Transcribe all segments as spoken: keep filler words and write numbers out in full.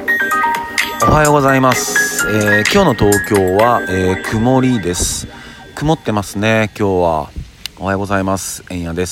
おはようございます、えー、今日の東京は、えー、曇りです。曇ってますね。今日はおはようございます。えんやです。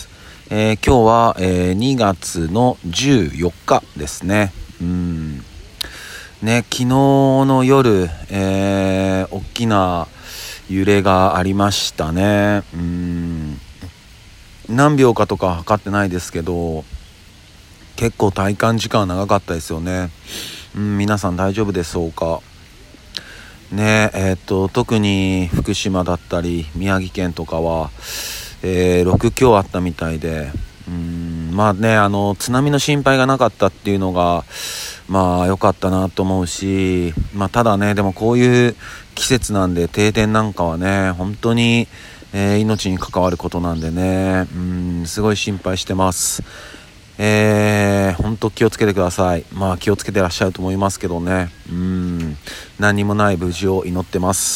えー、今日は、えー、にがつのじゅうよっかですね。うんね昨日の夜、えー、大きな揺れがありましたね。うん何秒かとか測ってないですけど、結構体感時間長かったですよね。うん、皆さん大丈夫でしょうかね。えー、っと特に福島だったり宮城県とかは、えー、ろくきょうあったみたいで、うーんまあねあの津波の心配がなかったっていうのがまあ良かったなと思うし、まあただねでもこういう季節なんで停電なんかはね本当に、えー、命に関わることなんでね、うんすごい心配してます。えー、本当気をつけてください。まあ気をつけてらっしゃると思いますけどね。うん何もない無事を祈ってます。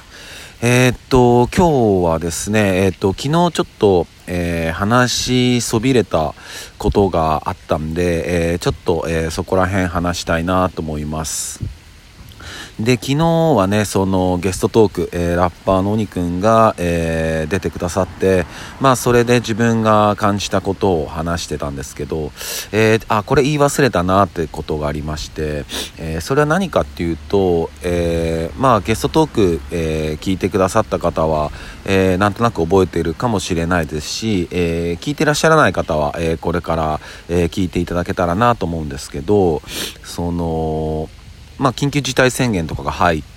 えー、っと今日はですね、えー、っと昨日ちょっと、えー、話しそびれたことがあったんで、えー、ちょっと、えー、そこら辺話したいなと思います。で昨日はねそのゲストトーク、えー、ラッパーのおにくんが、えー、出てくださって、まあそれで自分が感じたことを話してたんですけど、えー、あこれ言い忘れたなってことがありまして、えー、それは何かっていうと、えー、まあゲストトーク、えー、聞いてくださった方は、えー、なんとなく覚えているかもしれないですし、えー、聞いてらっしゃらない方は、えー、これから、えー、聞いていただけたらなと思うんですけど、そのまあ、緊急事態宣言とかが入って、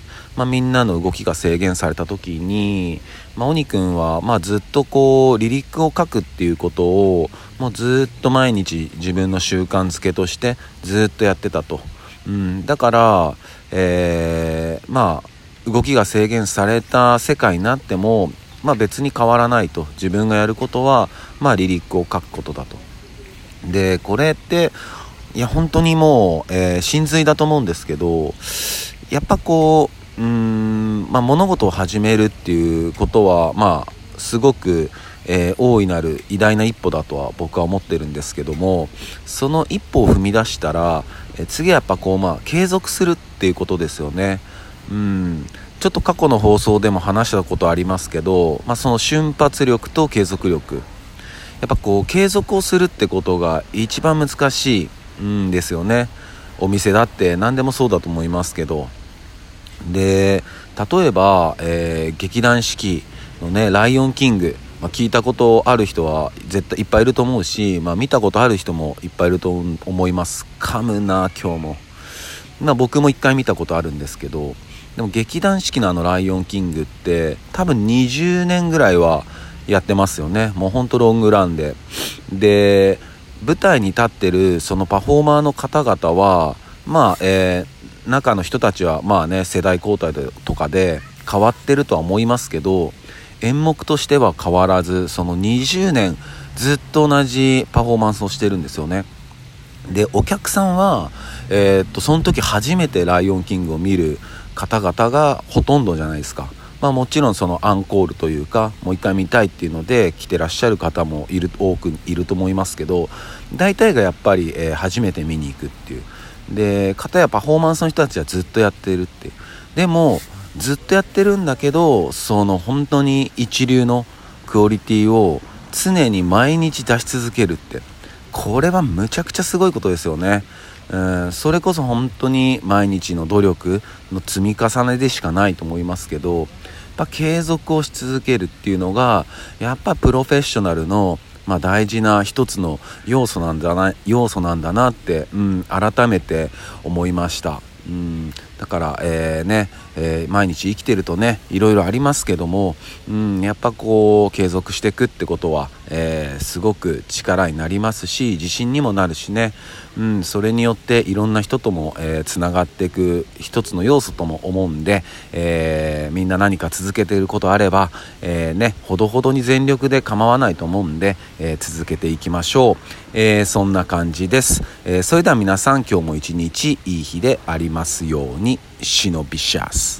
まあ、みんなの動きが制限された時に、まあ、おにくんは、まあ、ずっとこうリリックを書くっていうことをもうずっと毎日自分の習慣づけとしてずっとやってたと、うん、だから、えー、まあ動きが制限された世界になっても、まあ、別に変わらないと。自分がやることは、まあ、リリックを書くことだと。でこれっていや本当にもう、えー、真髄だと思うんですけど、やっぱこう、うーん、まあ、物事を始めるっていうことはまあすごく、えー、大いなる偉大な一歩だとは僕は思ってるんですけども、その一歩を踏み出したら、えー、次はやっぱこうまあ継続するっていうことですよね。うんちょっと過去の放送でも話したことありますけど、まあ、その瞬発力と継続力、やっぱこう継続をするってことが一番難しいうんですよね。お店だって何でもそうだと思いますけど、で例えば、えー、劇団四季のねライオンキング、まあ、聞いたことある人は絶対いっぱいいると思うし、まあ、見たことある人もいっぱいいると思います。噛むな今日も、まあ、僕も一回見たことあるんですけど、でも劇団四季のあのライオンキングって多分にじゅうねんぐらいはやってますよね。もうほんとロングランでで舞台に立ってるそのパフォーマーの方々はまあ、えー、中の人たちはまあね世代交代とかで変わってるとは思いますけど、演目としては変わらずそのにじゅうねんずっと同じパフォーマンスをしてるんですよね。でお客さんは、えー、っとその時初めてライオンキングを見る方々がほとんどじゃないですか。まあもちろんそのアンコールというかもう一回見たいっていうので来てらっしゃる方もいる多くいると思いますけど、大体がやっぱり、えー、初めて見に行くっていうで方やパフォーマンスの人たちはずっとやってるっていう。でもずっとやってるんだけどその本当に一流のクオリティを常に毎日出し続けるって、これはむちゃくちゃすごいことですよね。うん、それこそ本当に毎日の努力の積み重ねでしかないと思いますけど、やっぱ継続をし続けるっていうのがやっぱプロフェッショナルの、まあ、大事な一つの要素なんだな要素なんだなって、うん、改めて思いました。うん、だから、えーねえー、毎日生きてるとねいろいろありますけども、うん、やっぱこう継続していくってことは、えー、すごく力になりますし自信にもなるしね、うん、それによっていろんな人とも、えー、つながっていく一つの要素とも思うんで、えー、みんな何か続けていることあれば、えーね、ほどほどに全力で構わないと思うんで、えー、続けていきましょう。えー、そんな感じです。えー、それでは皆さん今日も一日いい日でありますように。シノビシャス。